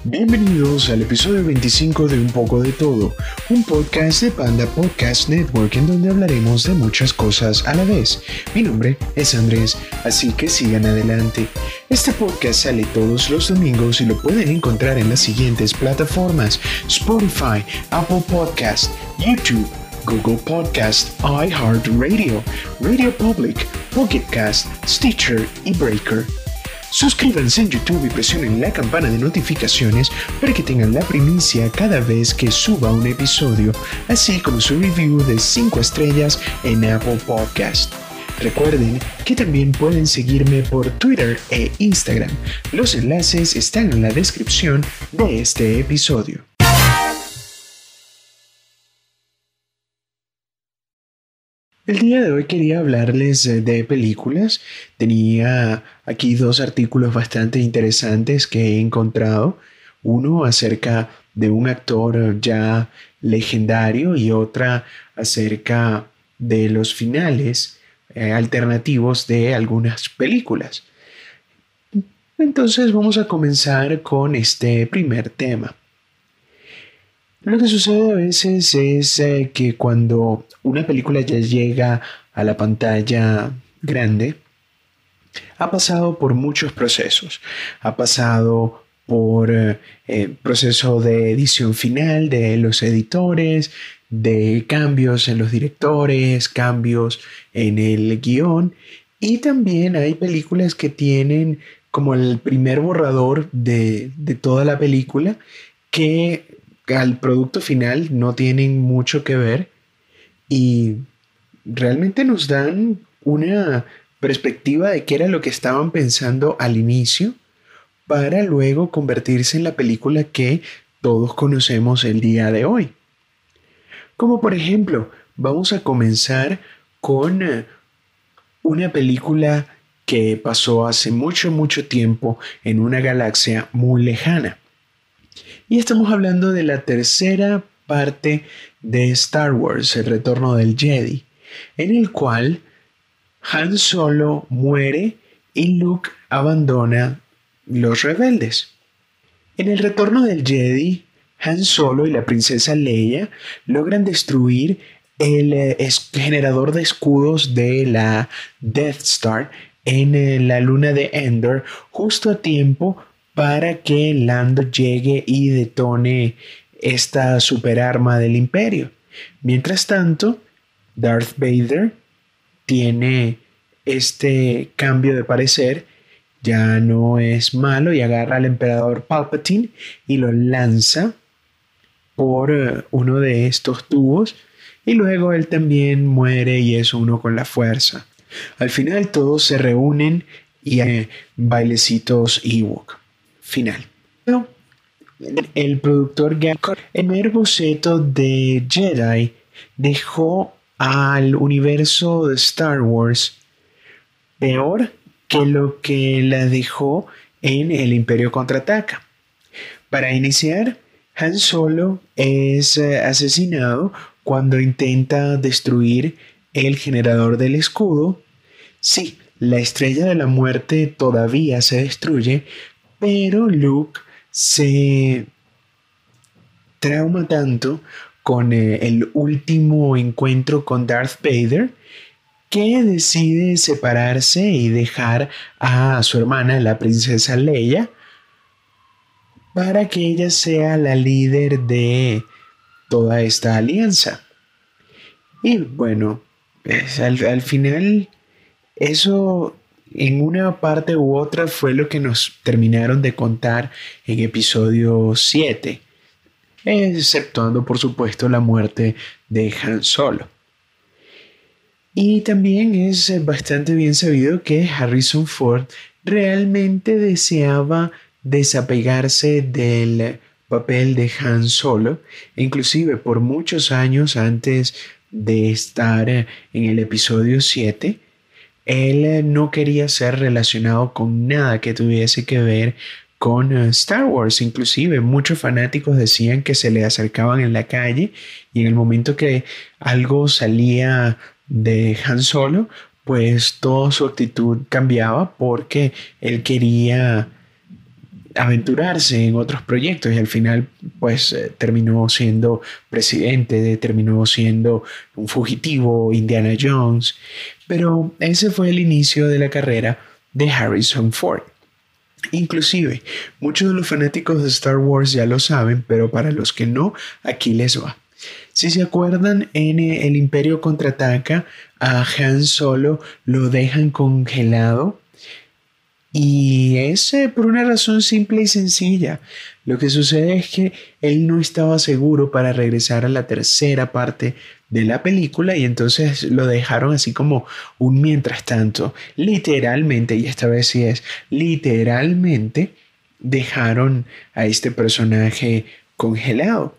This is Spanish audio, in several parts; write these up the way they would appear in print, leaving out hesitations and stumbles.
Bienvenidos al episodio 25 de Un Poco de Todo, un podcast de Panda Podcast Network en donde hablaremos de muchas cosas a la vez. Mi nombre es Andrés, así que sigan adelante. Este podcast sale todos los domingos y lo pueden encontrar en las siguientes plataformas: Spotify, Apple Podcast, YouTube, Google Podcast, iHeartRadio, Radio Public, Pocket Cast, Stitcher y Breaker. Suscríbanse en YouTube y presionen la campana de notificaciones para que tengan la primicia cada vez que suba un episodio, así como su review de 5 estrellas en Apple Podcast. Recuerden que también pueden seguirme por Twitter e Instagram. Los enlaces están en la descripción de este episodio. El día de hoy quería hablarles de películas. Tenía aquí 2 artículos bastante interesantes que he encontrado. Uno acerca de un actor ya legendario y otra acerca de los finales alternativos de algunas películas. Entonces vamos a comenzar con este primer tema. Lo que sucede a veces es que cuando una película ya llega a la pantalla grande, ha pasado por muchos procesos. Ha pasado por proceso de edición final de los editores, de cambios en los directores, cambios en el guión, y también hay películas que tienen como el primer borrador de toda la película que al producto final no tienen mucho que ver y realmente nos dan una perspectiva de qué era lo que estaban pensando al inicio para luego convertirse en la película que todos conocemos el día de hoy. Como por ejemplo, vamos a comenzar con una película que pasó hace mucho tiempo en una galaxia muy lejana. Y estamos hablando de la tercera parte de Star Wars, El Retorno del Jedi, en el cual Han Solo muere y Luke abandona los rebeldes. En El Retorno del Jedi, Han Solo y la princesa Leia logran destruir el generador de escudos de la Death Star en la luna de Endor justo a tiempo para que Lando llegue y detone esta superarma del Imperio. Mientras tanto, Darth Vader tiene este cambio de parecer, ya no es malo y agarra al emperador Palpatine y lo lanza por uno de estos tubos y luego él también muere y es uno con la fuerza. Al final todos se reúnen y hay bailecitos Ewok. Final. El productor Gary, el primer boceto de Jedi, dejó al universo de Star Wars peor que lo que la dejó en El Imperio Contraataca. Para iniciar, Han Solo es asesinado cuando intenta destruir el generador del escudo. Sí, la Estrella de la Muerte todavía se destruye, pero Luke se trauma tanto con el último encuentro con Darth Vader que decide separarse y dejar a su hermana, la princesa Leia, para que ella sea la líder de toda esta alianza. Y bueno, pues al final eso en una parte u otra fue lo que nos terminaron de contar en episodio 7, exceptuando por supuesto la muerte de Han Solo. Y también es bastante bien sabido que Harrison Ford realmente deseaba desapegarse del papel de Han Solo, inclusive por muchos años antes de estar en el episodio 7. Él no quería ser relacionado con nada que tuviese que ver con Star Wars. Inclusive muchos fanáticos decían que se le acercaban en la calle y en el momento que algo salía de Han Solo, pues toda su actitud cambiaba porque él quería aventurarse en otros proyectos y al final pues terminó siendo presidente, terminó siendo un fugitivo, Indiana Jones, pero ese fue el inicio de la carrera de Harrison Ford. Inclusive, muchos de los fanáticos de Star Wars ya lo saben, pero para los que no, aquí les va. Si se acuerdan, en El Imperio Contraataca, a Han Solo lo dejan congelado y es por una razón simple y sencilla. Lo que sucede es que él no estaba seguro para regresar a la tercera parte de la película y entonces lo dejaron así como un mientras tanto. Literalmente, y esta vez sí es, literalmente dejaron a este personaje congelado.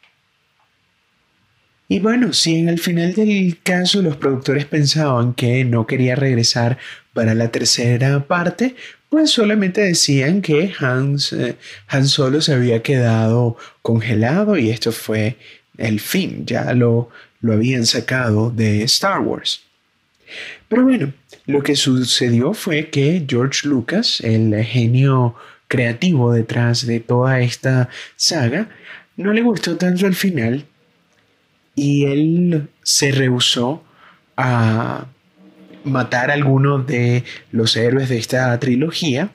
Y bueno, si en el final del caso los productores pensaban que no quería regresar para la tercera parte, pues solamente decían que Han Solo se había quedado congelado y esto fue el fin, ya lo habían sacado de Star Wars. Pero bueno, lo que sucedió fue que George Lucas, el genio creativo detrás de toda esta saga, no le gustó tanto el final y él se rehusó a matar a algunos de los héroes de esta trilogía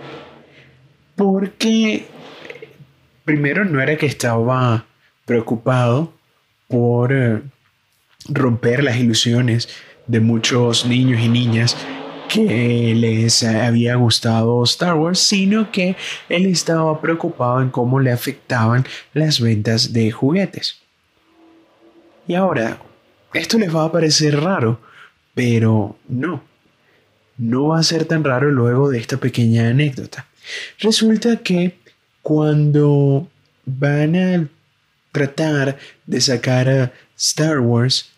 porque primero no era que estaba preocupado por romper las ilusiones de muchos niños y niñas que les había gustado Star Wars, sino que él estaba preocupado en cómo le afectaban las ventas de juguetes. Y ahora, esto les va a parecer raro, pero no va a ser tan raro luego de esta pequeña anécdota. Resulta que cuando van a tratar de sacar a Star Wars,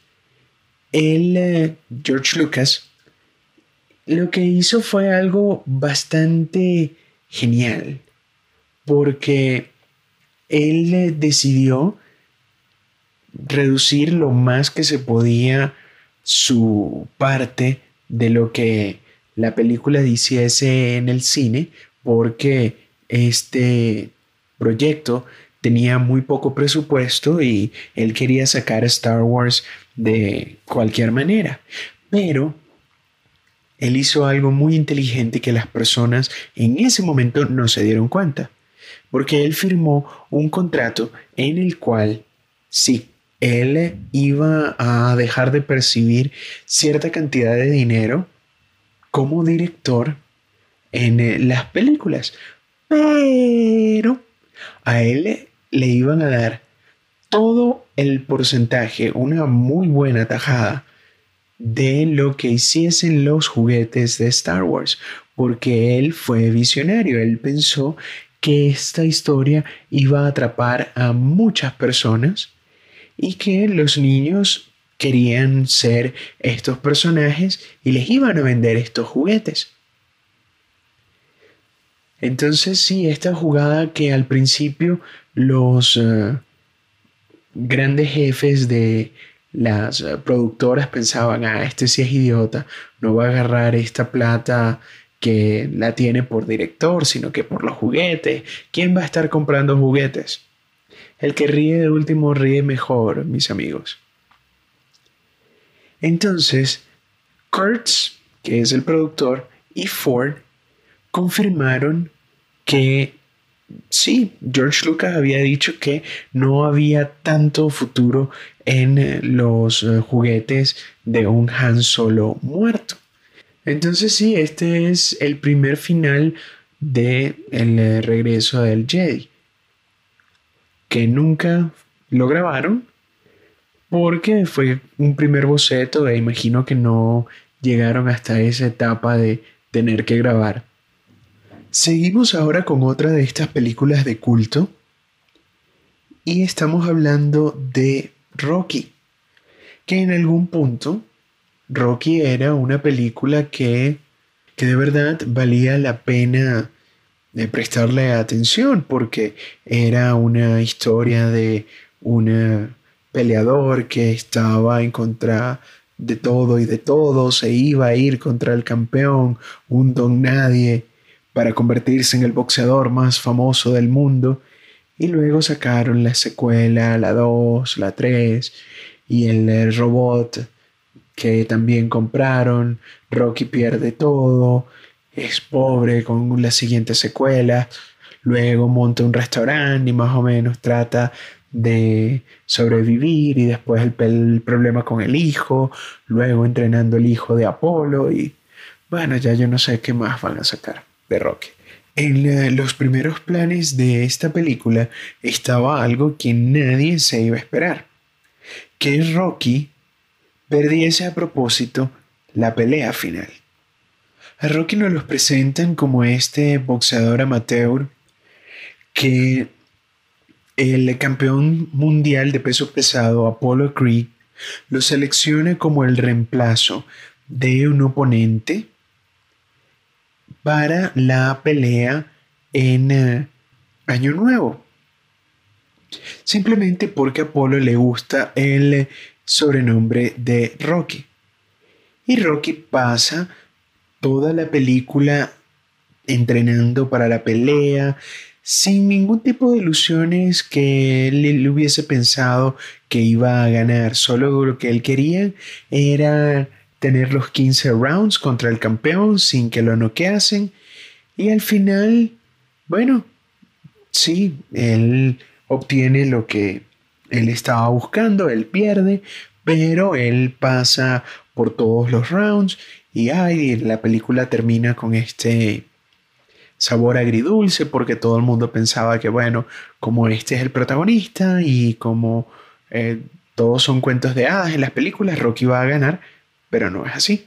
George Lucas, lo que hizo fue algo bastante genial, porque él decidió reducir lo más que se podía su parte de lo que la película hiciese en el cine, porque este proyecto tenía muy poco presupuesto y él quería sacar a Star Wars de cualquier manera. Pero él hizo algo muy inteligente que las personas en ese momento no se dieron cuenta, porque él firmó un contrato en el cual sí, él iba a dejar de percibir cierta cantidad de dinero como director en las películas, pero a él le iban a dar todo el porcentaje, una muy buena tajada de lo que hiciesen los juguetes de Star Wars, porque él fue visionario, él pensó que esta historia iba a atrapar a muchas personas y que los niños querían ser estos personajes y les iban a vender estos juguetes. Entonces sí, esta jugada que al principio los grandes jefes de las productoras pensaban, este sí es idiota, no va a agarrar esta plata que la tiene por director, sino que por los juguetes. ¿Quién va a estar comprando juguetes? El que ríe de último ríe mejor, mis amigos. Entonces, Kurtz, que es el productor, y Ford confirmaron que sí, George Lucas había dicho que no había tanto futuro en los juguetes de un Han Solo muerto. Entonces sí, este es el primer final de el regreso del Jedi, que nunca lo grabaron porque fue un primer boceto e imagino que no llegaron hasta esa etapa de tener que grabar. Seguimos ahora con otra de estas películas de culto y estamos hablando de Rocky, que en algún punto Rocky era una película que de verdad valía la pena de prestarle atención porque era una historia de un peleador que estaba en contra de todo y de todo, se iba a ir contra el campeón, un don nadie, para convertirse en el boxeador más famoso del mundo. Y luego sacaron la secuela, la 2, la 3 y el robot que también compraron. Rocky pierde todo, es pobre con la siguiente secuela. Luego monta un restaurante y más o menos trata de sobrevivir y después el problema con el hijo, luego entrenando el hijo de Apolo y bueno, ya yo no sé qué más van a sacar de Rocky. En los primeros planes de esta película estaba algo que nadie se iba a esperar, que Rocky perdiese a propósito la pelea final. A Rocky nos los presentan como este boxeador amateur que el campeón mundial de peso pesado Apollo Creed lo selecciona como el reemplazo de un oponente para la pelea en Año Nuevo. Simplemente porque a Apolo le gusta el sobrenombre de Rocky. Y Rocky pasa toda la película entrenando para la pelea, sin ningún tipo de ilusiones que él hubiese pensado que iba a ganar. Solo lo que él quería era tener los 15 rounds contra el campeón sin que lo noqueasen. Y al final, bueno, sí, él obtiene lo que él estaba buscando, él pierde, pero él pasa por todos los rounds y la película termina con este sabor agridulce porque todo el mundo pensaba que, bueno, como este es el protagonista y como todos son cuentos de hadas en las películas, Rocky va a ganar, pero no es así.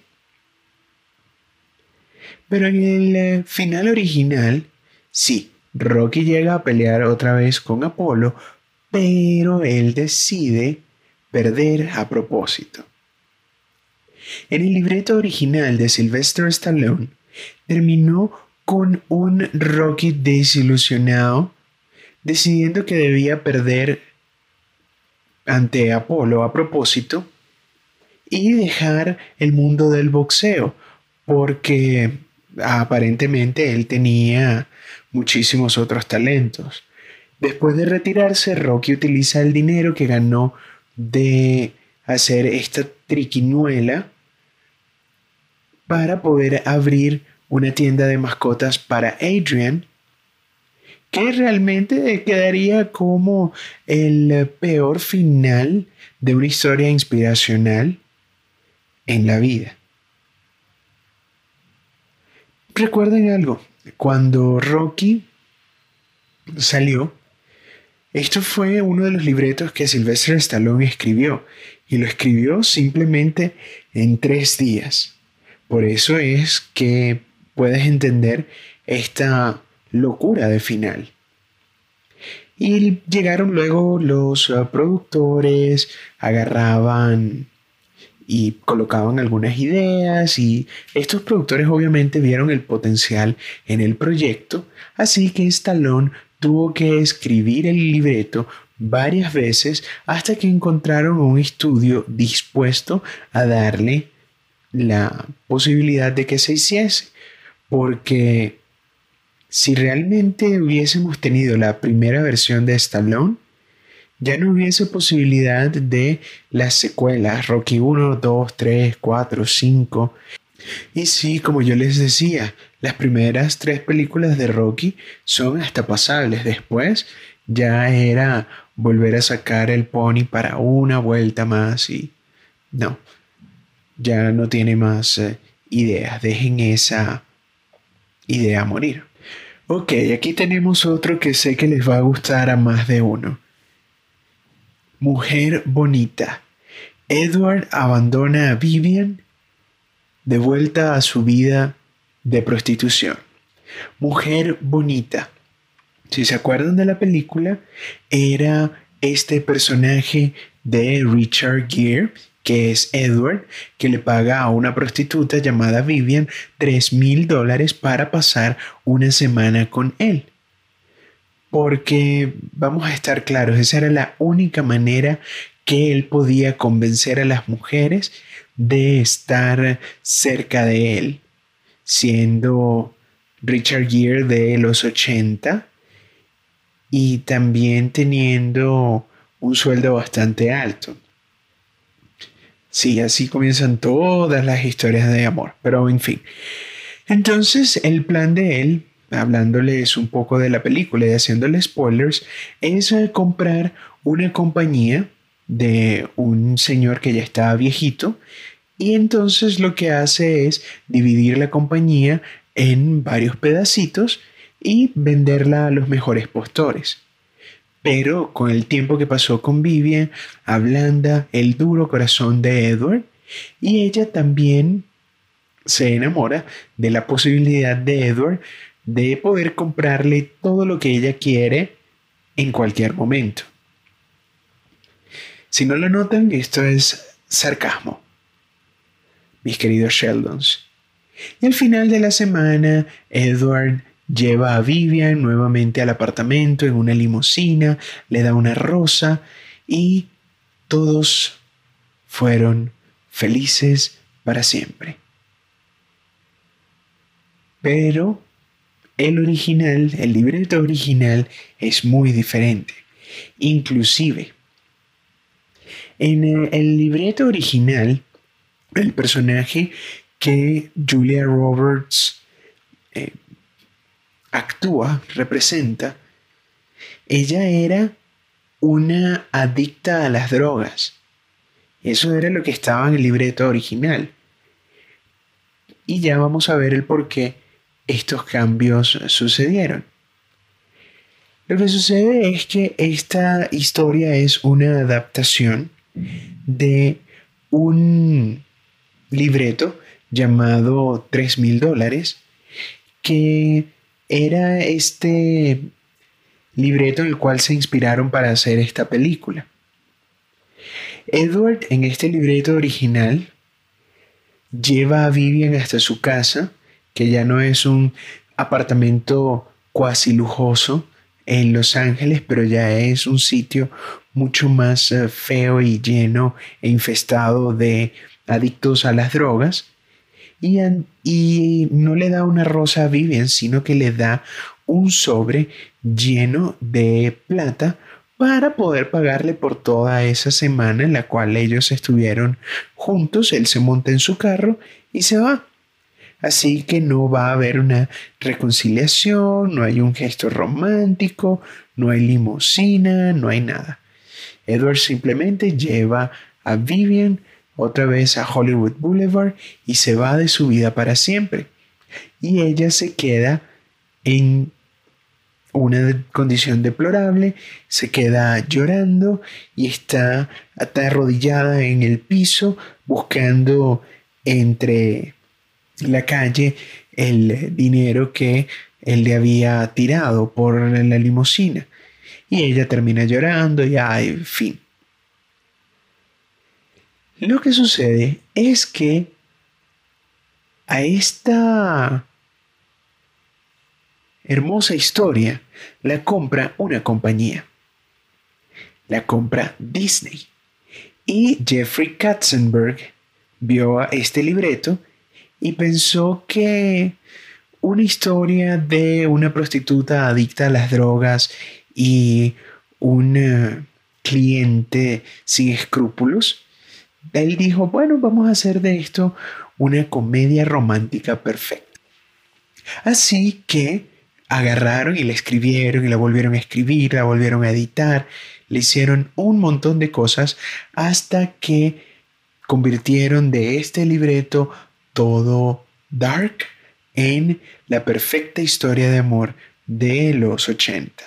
Pero en el final original, sí, Rocky llega a pelear otra vez con Apolo, pero él decide perder a propósito. En el libreto original de Sylvester Stallone, terminó con un Rocky desilusionado, decidiendo que debía perder ante Apolo a propósito y dejar el mundo del boxeo, porque aparentemente él tenía muchísimos otros talentos. Después de retirarse, Rocky utiliza el dinero que ganó de hacer esta triquiñuela para poder abrir una tienda de mascotas para Adrian, que realmente quedaría como el peor final de una historia inspiracional en la vida. Recuerden algo, cuando Rocky salió, esto fue uno de los libretos que Sylvester Stallone escribió, y lo escribió simplemente en 3 días. Por eso es que puedes entender esta locura de final. Y llegaron luego los productores, agarraban y colocaban algunas ideas y estos productores obviamente vieron el potencial en el proyecto, así que Stallone tuvo que escribir el libreto varias veces hasta que encontraron un estudio dispuesto a darle la posibilidad de que se hiciese, porque si realmente hubiésemos tenido la primera versión de Stallone, ya no hubiese posibilidad de las secuelas Rocky 1, 2, 3, 4, 5. Y sí, como yo les decía, las primeras 3 películas de Rocky son hasta pasables. Después ya era volver a sacar el pony para una vuelta más y no, ya no tiene más ideas. Dejen esa idea morir. Ok, aquí tenemos otro que sé que les va a gustar a más de uno. Mujer bonita. Edward abandona a Vivian de vuelta a su vida de prostitución. Mujer bonita. Si se acuerdan de la película, era este personaje de Richard Gere, que es Edward, que le paga a una prostituta llamada Vivian $3,000 para pasar una semana con él. Porque, vamos a estar claros, esa era la única manera que él podía convencer a las mujeres de estar cerca de él, siendo Richard Gere de los 80 y también teniendo un sueldo bastante alto. Sí, así comienzan todas las historias de amor, pero en fin. Entonces, el plan de él, hablándoles un poco de la película y haciéndole spoilers, es comprar una compañía de un señor que ya estaba viejito y entonces lo que hace es dividir la compañía en varios pedacitos y venderla a los mejores postores. Pero con el tiempo que pasó con Vivian, ablanda el duro corazón de Edward y ella también se enamora de la posibilidad de Edward de poder comprarle todo lo que ella quiere en cualquier momento. Si no lo notan, esto es sarcasmo, mis queridos Sheldons. Y al final de la semana, Edward lleva a Vivian nuevamente al apartamento en una limusina, le da una rosa y todos fueron felices para siempre. Pero el original, el libreto original es muy diferente. Inclusive, en el libreto original, el personaje que Julia Roberts actúa, representa, ella era una adicta a las drogas. Eso era lo que estaba en el libreto original. Y ya vamos a ver el por qué estos cambios sucedieron. Lo que sucede es que esta historia es una adaptación de un libreto llamado $3,000, que era este libreto en el cual se inspiraron para hacer esta película. Edward, en este libreto original, lleva a Vivian hasta su casa, que ya no es un apartamento cuasi lujoso en Los Ángeles, pero ya es un sitio mucho más feo y lleno e infestado de adictos a las drogas. Y no le da una rosa a Vivian, sino que le da un sobre lleno de plata para poder pagarle por toda esa semana en la cual ellos estuvieron juntos. Él se monta en su carro y se va. Así que no va a haber una reconciliación, no hay un gesto romántico, no hay limusina, no hay nada. Edward simplemente lleva a Vivian otra vez a Hollywood Boulevard y se va de su vida para siempre. Y ella se queda en una condición deplorable, se queda llorando y está arrodillada en el piso buscando entre la calle el dinero que él le había tirado por la limusina. Y ella termina llorando y en fin. Lo que sucede es que a esta hermosa historia la compra una compañía. La compra Disney. Y Jeffrey Katzenberg vio este libreto y pensó que una historia de una prostituta adicta a las drogas y un cliente sin escrúpulos, él dijo, bueno, vamos a hacer de esto una comedia romántica perfecta. Así que agarraron y la escribieron y la volvieron a escribir, la volvieron a editar, le hicieron un montón de cosas hasta que convirtieron de este libreto todo dark en la perfecta historia de amor de los 80.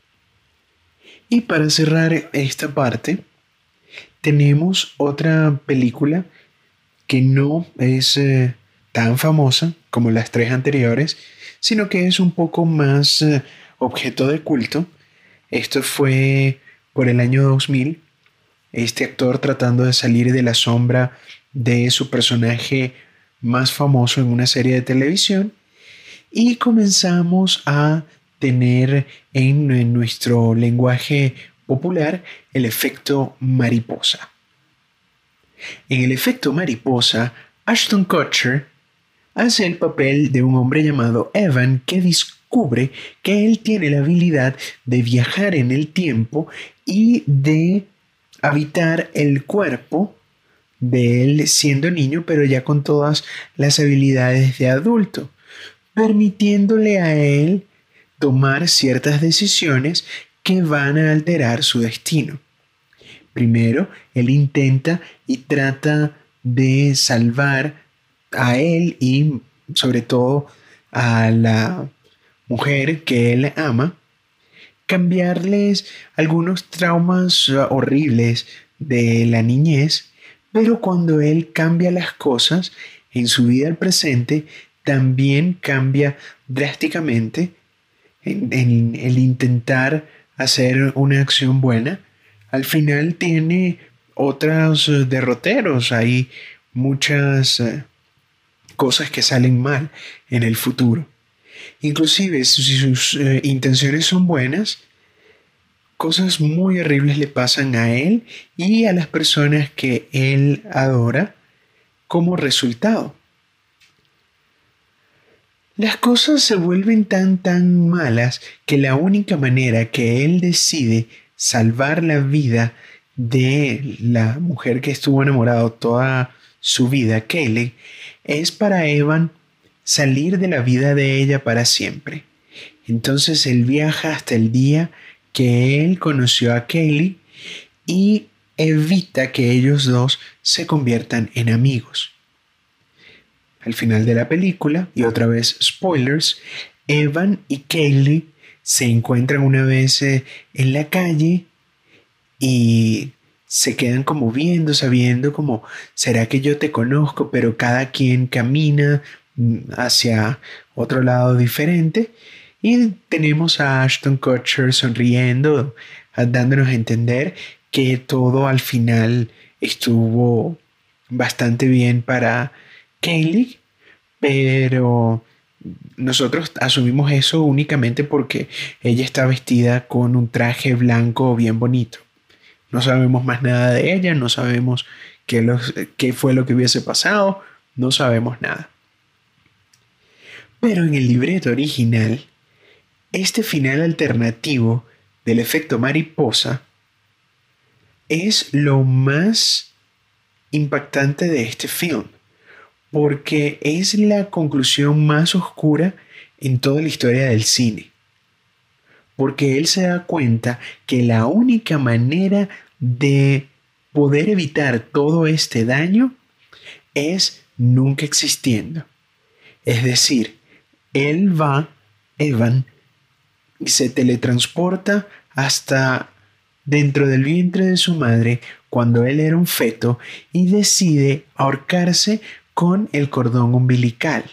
Y para cerrar esta parte, tenemos otra película que no es tan famosa como las tres anteriores, sino que es un poco más objeto de culto. Esto fue por el año 2000, este actor tratando de salir de la sombra de su personaje más famoso en una serie de televisión, y comenzamos a tener en nuestro lenguaje popular el efecto mariposa. En el efecto mariposa, Ashton Kutcher hace el papel de un hombre llamado Evan que descubre que él tiene la habilidad de viajar en el tiempo y de habitar el cuerpo de él siendo niño, pero ya con todas las habilidades de adulto, permitiéndole a él tomar ciertas decisiones que van a alterar su destino. Primero, él intenta y trata de salvar a él y sobre todo a la mujer que él ama, cambiarles algunos traumas horribles de la niñez, pero cuando él cambia las cosas en su vida al presente, también cambia drásticamente en el intentar hacer una acción buena. Al final tiene otros derroteros, hay muchas cosas que salen mal en el futuro. Inclusive si sus intenciones son buenas, cosas muy horribles le pasan a él y a las personas que él adora como resultado. Las cosas se vuelven tan malas que la única manera que él decide salvar la vida de la mujer que estuvo enamorado toda su vida, Kaylee, es para Evan salir de la vida de ella para siempre. Entonces él viaja hasta el día que él conoció a Kaylee y evita que ellos dos se conviertan en amigos. Al final de la película, y otra vez spoilers, Evan y Kaylee se encuentran una vez en la calle y se quedan como viendo, sabiendo como, ¿será que yo te conozco? Pero cada quien camina hacia otro lado diferente y tenemos a Ashton Kutcher sonriendo, dándonos a entender que todo al final estuvo bastante bien para Kaylee, pero nosotros asumimos eso únicamente porque ella está vestida con un traje blanco bien bonito. No sabemos más nada de ella, no sabemos qué fue lo que hubiese pasado, no sabemos nada. Pero en el libreto original, este final alternativo del efecto mariposa es lo más impactante de este film, porque es la conclusión más oscura en toda la historia del cine. Porque él se da cuenta que la única manera de poder evitar todo este daño es nunca existiendo. Es decir, Evan, y se teletransporta hasta dentro del vientre de su madre cuando él era un feto y decide ahorcarse con el cordón umbilical.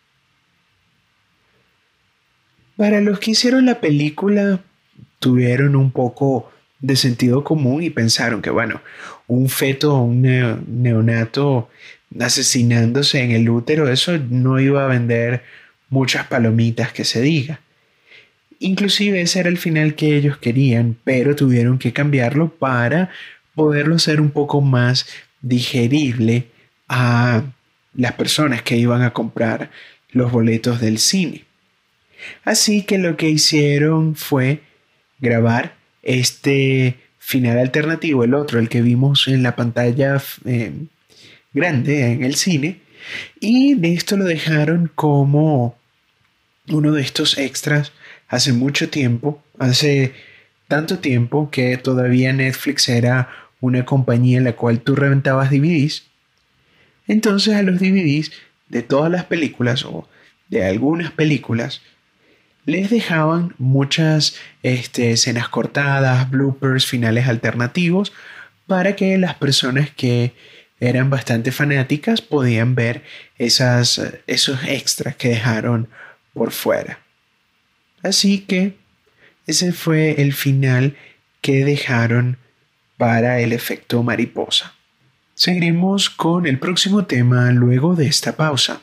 Para los que hicieron la película, tuvieron un poco de sentido común y pensaron que, bueno, un feto o un neonato asesinándose en el útero, eso no iba a vender muchas palomitas que se diga. Inclusive ese era el final que ellos querían, pero tuvieron que cambiarlo para poderlo hacer un poco más digerible a las personas que iban a comprar los boletos del cine. Así que lo que hicieron fue grabar este final alternativo, el otro, el que vimos en la pantalla grande en el cine, y de esto lo dejaron como uno de estos extras hace mucho tiempo, hace tanto tiempo que todavía Netflix era una compañía en la cual tú reventabas DVDs. Entonces a los DVDs de todas las películas o de algunas películas les dejaban muchas escenas cortadas, bloopers, finales alternativos, para que las personas que eran bastante fanáticas podían ver esos extras que dejaron por fuera. Así que ese fue el final que dejaron para el efecto mariposa. Seguiremos con el próximo tema luego de esta pausa.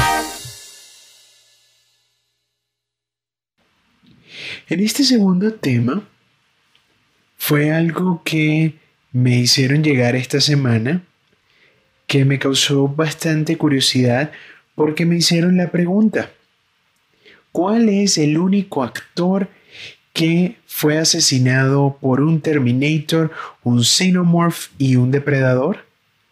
En este segundo tema fue algo que me hicieron llegar esta semana que me causó bastante curiosidad porque me hicieron la pregunta: ¿cuál es el único actor que fue asesinado por un Terminator, un Xenomorph y un Depredador?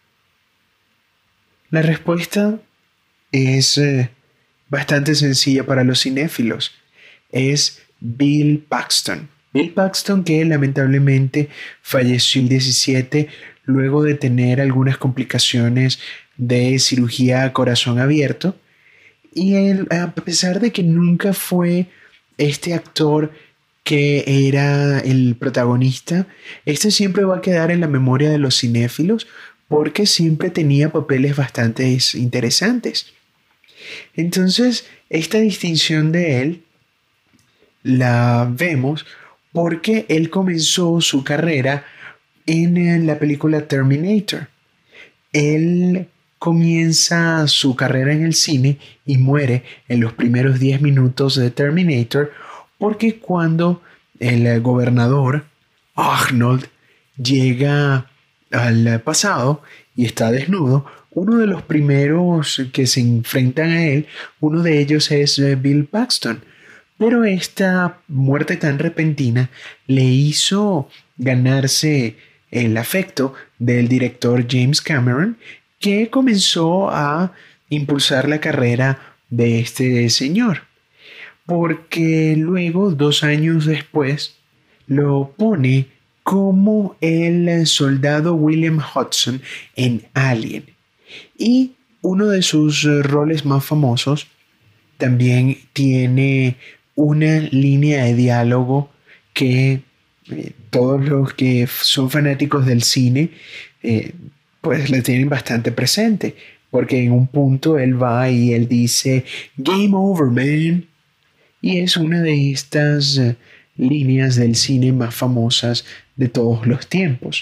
La respuesta es bastante sencilla para los cinéfilos. Es Bill Paxton. Bill Paxton, que lamentablemente falleció el 17 luego de tener algunas complicaciones de cirugía a corazón abierto. Y él, a pesar de que nunca fue este actor que era el protagonista, este siempre va a quedar en la memoria de los cinéfilos porque siempre tenía papeles bastante interesantes. Entonces, esta distinción de él la vemos porque él comenzó su carrera en la película Terminator. Él comienza su carrera en el cine y muere en los primeros 10 minutos de Terminator porque cuando el gobernador Arnold llega al pasado y está desnudo, uno de los primeros que se enfrentan a él, uno de ellos es Bill Paxton. Pero esta muerte tan repentina le hizo ganarse el afecto del director James Cameron, que comenzó a impulsar la carrera de este señor. Porque luego, 2 años después, lo pone como el soldado William Hudson en Alien. Y uno de sus roles más famosos también tiene una línea de diálogo que todos los que son fanáticos del cine pues la tienen bastante presente, porque en un punto él va y él dice "Game over, man", y es una de estas líneas del cine más famosas de todos los tiempos.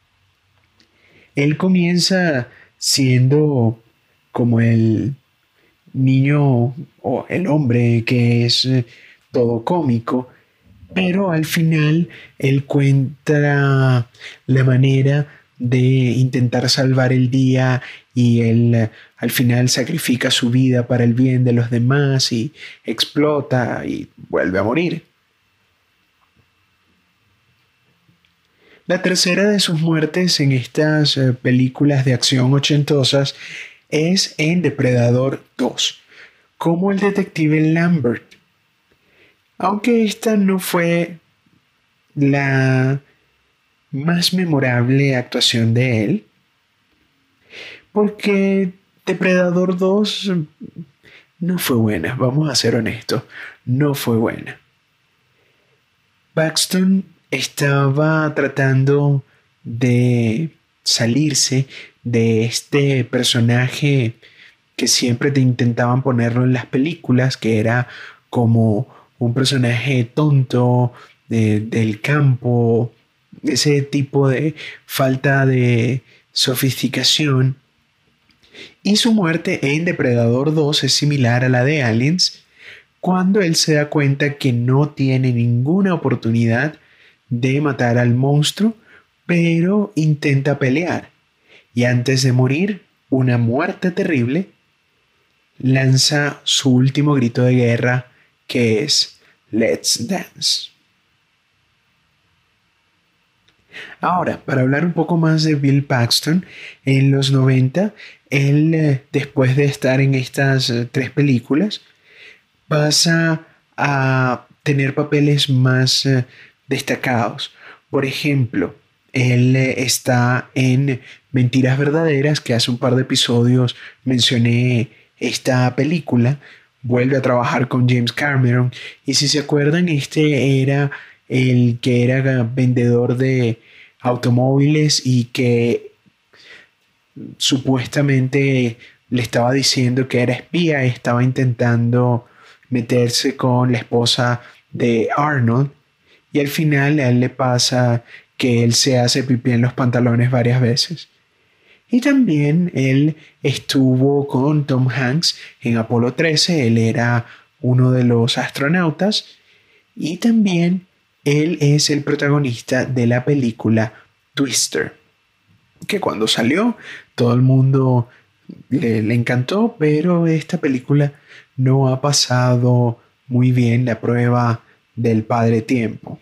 Él comienza siendo como el niño o el hombre que es todo cómico, pero al final él encuentra la manera de intentar salvar el día y él al final sacrifica su vida para el bien de los demás y explota y vuelve a morir. La tercera de sus muertes en estas películas de acción ochentosas es en Depredador 2, como el detective Lambert. Aunque esta no fue la más memorable actuación de él, porque Depredador 2 no fue buena, vamos a ser honestos, no fue buena. Paxton estaba tratando de salirse de este personaje que siempre te intentaban ponerlo en las películas, que era como un personaje tonto del campo, ese tipo de falta de sofisticación. Y su muerte en Depredador 2 es similar a la de Aliens, cuando él se da cuenta que no tiene ninguna oportunidad de matar al monstruo, pero intenta pelear. Y antes de morir, una muerte terrible, lanza su último grito de guerra, que es "Let's Dance". Ahora, para hablar un poco más de Bill Paxton, en los 90, él, después de estar en estas 3 películas, pasa a tener papeles más destacados. Por ejemplo, él está en Mentiras Verdaderas, que hace un par de episodios mencioné esta película. Vuelve a trabajar con James Cameron. Y si se acuerdan, este era el que era vendedor de automóviles y que supuestamente le estaba diciendo que era espía, estaba intentando meterse con la esposa de Arnold, y al final a él le pasa que él se hace pipí en los pantalones varias veces. Y también él estuvo con Tom Hanks en Apolo 13, él era uno de los astronautas, y también él es el protagonista de la película Twister, que cuando salió todo el mundo le encantó, pero esta película no ha pasado muy bien la prueba del Padre Tiempo.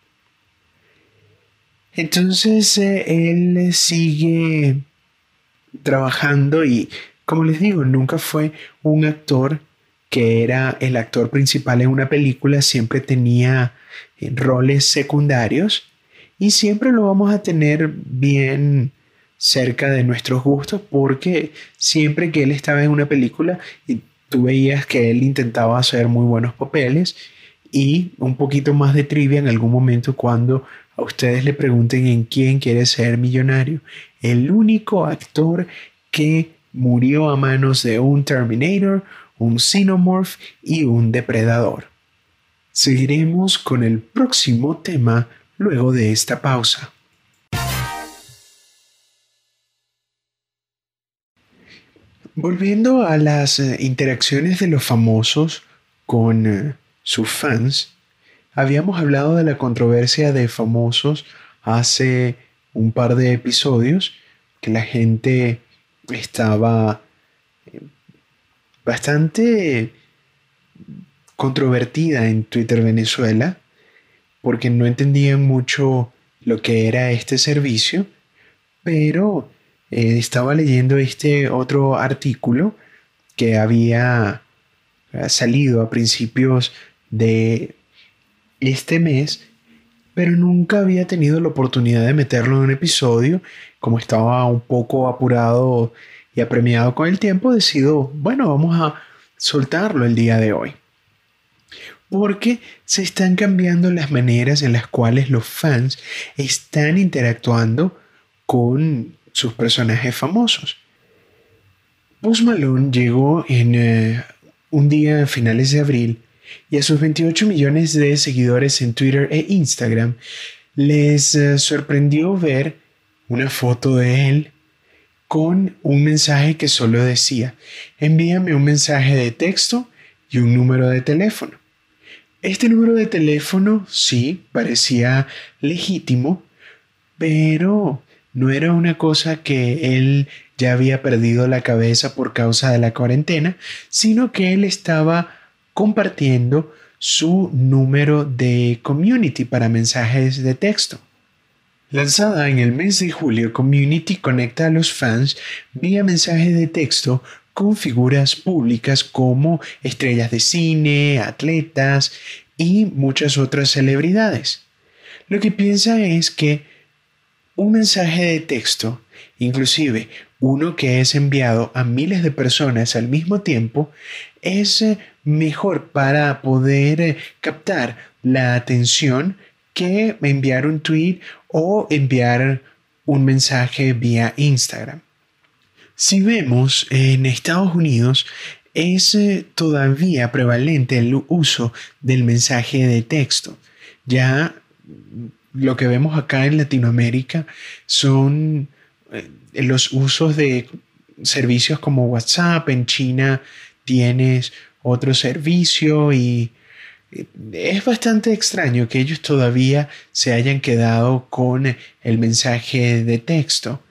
Entonces él sigue trabajando y, como les digo, nunca fue un actor que era el actor principal en una película, siempre tenía roles secundarios y siempre lo vamos a tener bien cerca de nuestros gustos porque siempre que él estaba en una película y tú veías que él intentaba hacer muy buenos papeles. Y un poquito más de trivia en algún momento cuando a ustedes le pregunten en quién quiere ser millonario, el único actor que murió a manos de un Terminator, un Xenomorph y un Depredador. Seguiremos con el próximo tema luego de esta pausa. Volviendo a las interacciones de los famosos con sus fans, habíamos hablado de la controversia de famosos hace un par de episodios, que la gente estaba bastante controvertida en Twitter Venezuela, porque no entendían mucho lo que era este servicio, pero estaba leyendo este otro artículo que había salido a principios de este mes, pero nunca había tenido la oportunidad de meterlo en un episodio. Como estaba un poco apurado y apremiado con el tiempo, decido, bueno, vamos a soltarlo el día de hoy. Porque se están cambiando las maneras en las cuales los fans están interactuando con sus personajes famosos. Post Malone llegó en un día a finales de abril y a sus 28 millones de seguidores en Twitter e Instagram les sorprendió ver una foto de él con un mensaje que solo decía: envíame un mensaje de texto y un número de teléfono. Este número de teléfono sí parecía legítimo, pero no era una cosa que él ya había perdido la cabeza por causa de la cuarentena, sino que él estaba compartiendo su número de Community para mensajes de texto. Lanzada en el mes de julio, Community conecta a los fans vía mensajes de texto con figuras públicas como estrellas de cine, atletas y muchas otras celebridades. Lo que piensa es que un mensaje de texto, inclusive uno que es enviado a miles de personas al mismo tiempo, es mejor para poder captar la atención que enviar un tweet o enviar un mensaje vía Instagram. Si vemos en Estados Unidos, es todavía prevalente el uso del mensaje de texto. Ya lo que vemos acá en Latinoamérica son los usos de servicios como WhatsApp. En China tienes otro servicio y es bastante extraño que ellos todavía se hayan quedado con el mensaje de texto.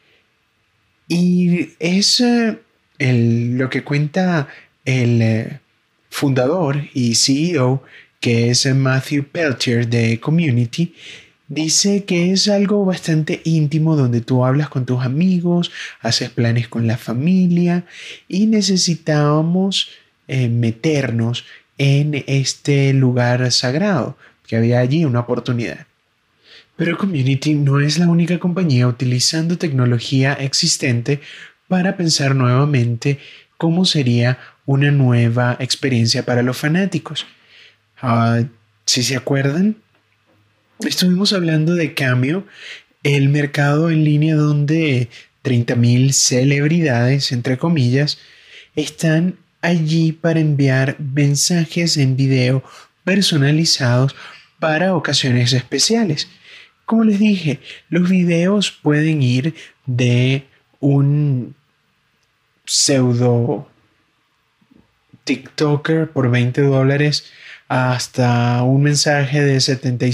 Y es lo que cuenta el fundador y CEO, que es Matthew Peltier de Community. Dice que es algo bastante íntimo donde tú hablas con tus amigos, haces planes con la familia y necesitábamos meternos en este lugar sagrado, que había allí una oportunidad. Pero Community no es la única compañía utilizando tecnología existente para pensar nuevamente cómo sería una nueva experiencia para los fanáticos. Si se acuerdan, estuvimos hablando de Cameo, el mercado en línea donde 30,000 celebridades, entre comillas, están allí para enviar mensajes en video personalizados para ocasiones especiales. Como les dije, los videos pueden ir de un pseudo TikToker por $20 hasta un mensaje de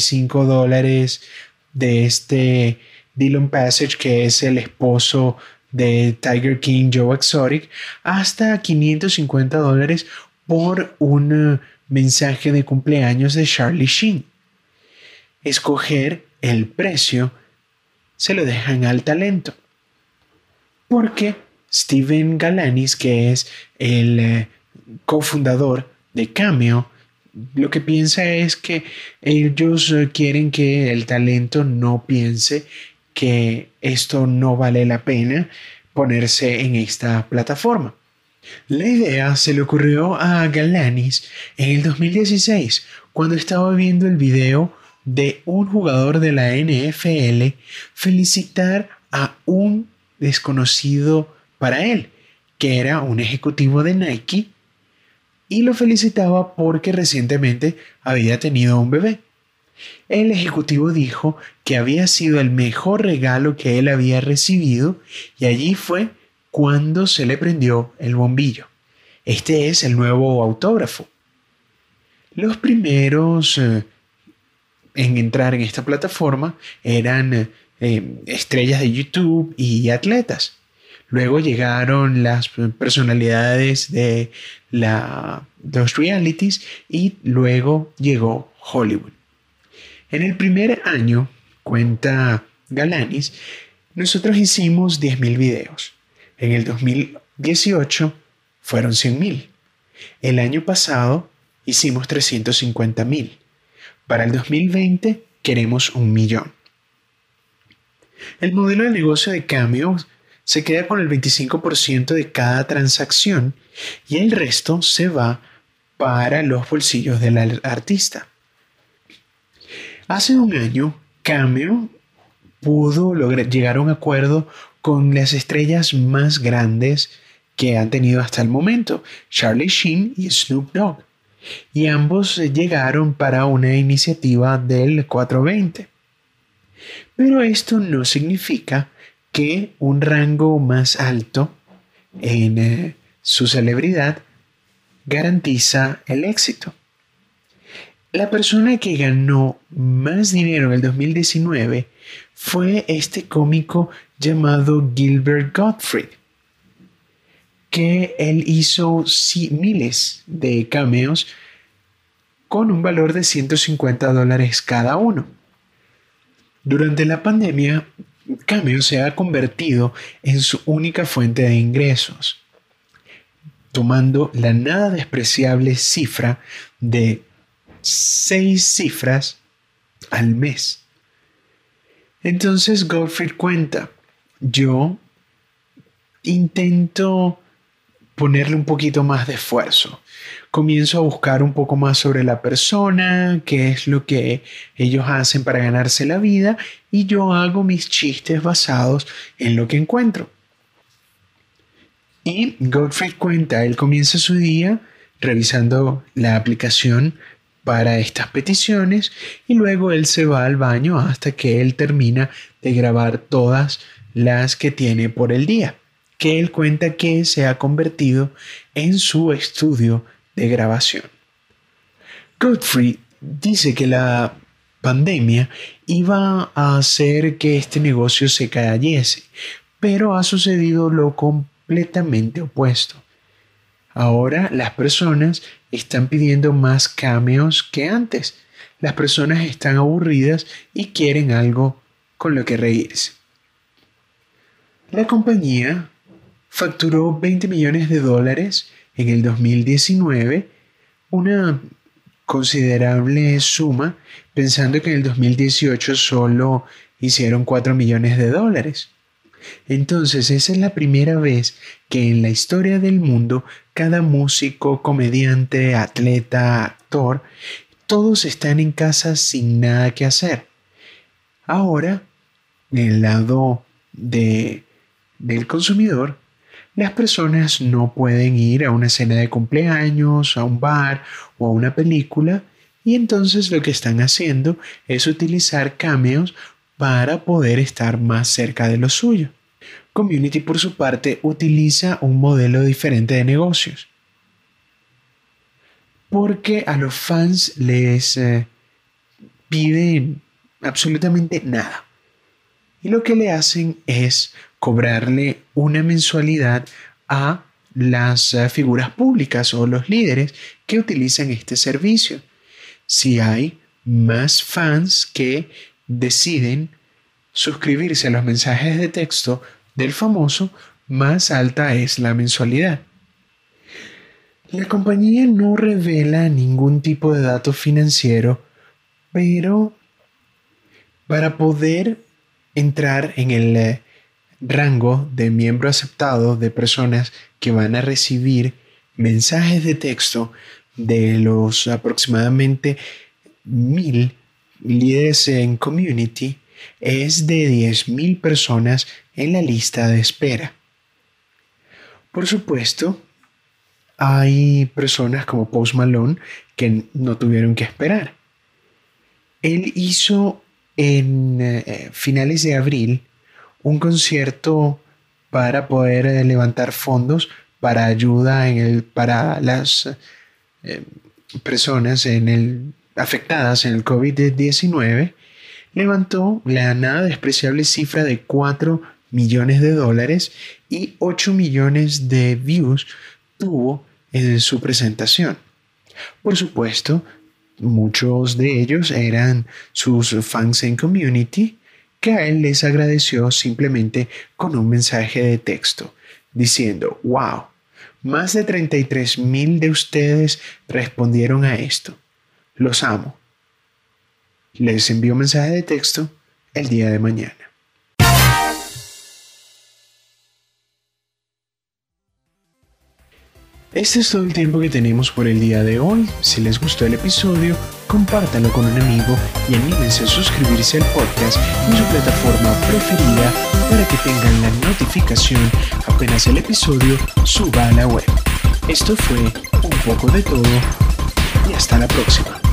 $75 de este Dylan Passage, que es el esposo de Tiger King, Joe Exotic, hasta $550 por un mensaje de cumpleaños de Charlie Sheen. Escoger el precio se lo dejan al talento, porque Steven Galanis, que es el cofundador de Cameo, lo que piensa es que ellos quieren que el talento no piense que esto no vale la pena ponerse en esta plataforma. La idea se le ocurrió a Galanis en el 2016, cuando estaba viendo el video de un jugador de la NFL felicitar a un desconocido para él, que era un ejecutivo de Nike, y lo felicitaba porque recientemente había tenido un bebé. El ejecutivo dijo que había sido el mejor regalo que él había recibido, y allí fue cuando se le prendió el bombillo. Este es el nuevo autógrafo. Los primeros en entrar en esta plataforma eran estrellas de YouTube y atletas. Luego llegaron las personalidades de los realities y luego llegó Hollywood. En el primer año, cuenta Galanis, nosotros hicimos 10.000 videos. En el 2018 fueron 100.000. El año pasado hicimos 350.000. Para el 2020 queremos 1.000.000. El modelo de negocio de Cameo se queda con el 25% de cada transacción y el resto se va para los bolsillos del artista. Hace un año, Cameo pudo llegar a un acuerdo con las estrellas más grandes que han tenido hasta el momento, Charlie Sheen y Snoop Dogg, y ambos llegaron para una iniciativa del 420. Pero esto no significa que un rango más alto en su celebridad garantiza el éxito. La persona que ganó más dinero en el 2019 fue este cómico llamado Gilbert Gottfried, que él hizo miles de cameos con un valor de $150 cada uno. Durante la pandemia, Cameo se ha convertido en su única fuente de ingresos, tomando la nada despreciable cifra de 6 cifras al mes. Entonces Gottfried cuenta, yo intento ponerle un poquito más de esfuerzo. Comienzo a buscar un poco más sobre la persona, qué es lo que ellos hacen para ganarse la vida, y yo hago mis chistes basados en lo que encuentro. Y Gottfried cuenta, él comienza su día revisando la aplicación para estas peticiones y luego él se va al baño hasta que él termina de grabar todas las que tiene por el día, que él cuenta que se ha convertido en su estudio de grabación. Gottfried dice que la pandemia iba a hacer que este negocio se cayese, pero ha sucedido lo completamente opuesto. Ahora las personas están pidiendo más cameos que antes. Las personas están aburridas y quieren algo con lo que reírse. La compañía facturó $20 millones en el 2019, una considerable suma, pensando que en el 2018 solo hicieron $4 millones. Entonces, esa es la primera vez que en la historia del mundo cada músico, comediante, atleta, actor, todos están en casa sin nada que hacer. Ahora, en el lado del consumidor, las personas no pueden ir a una cena de cumpleaños, a un bar o a una película, y entonces lo que están haciendo es utilizar cameos para poder estar más cerca de lo suyo. Community, por su parte, utiliza un modelo diferente de negocios, porque a los fans les piden absolutamente nada. Y lo que le hacen es cobrarle una mensualidad a las figuras públicas o los líderes que utilizan este servicio. Si hay más fans que deciden suscribirse a los mensajes de texto del famoso, más alta es la mensualidad. La compañía no revela ningún tipo de dato financiero, pero para poder entrar en el rango de miembro aceptado de personas que van a recibir mensajes de texto de los aproximadamente 1000 líderes en community, es de 10,000 personas en la lista de espera. Por supuesto, hay personas como Post Malone que no tuvieron que esperar. Él hizo en finales de abril un concierto para poder levantar fondos para ayuda para las personas afectadas en el COVID-19. Levantó la nada despreciable cifra de $4 millones y 8 millones de views tuvo en su presentación. Por supuesto, muchos de ellos eran sus fans en community, que a él les agradeció simplemente con un mensaje de texto diciendo: wow, más de 33,000 de ustedes respondieron a esto. Los amo. Les envío un mensaje de texto el día de mañana. Este es todo el tiempo que tenemos por el día de hoy. Si les gustó el episodio, compártanlo con un amigo y anímense a suscribirse al podcast en su plataforma preferida para que tengan la notificación apenas el episodio suba a la web. Esto fue Un poco de todo y hasta la próxima.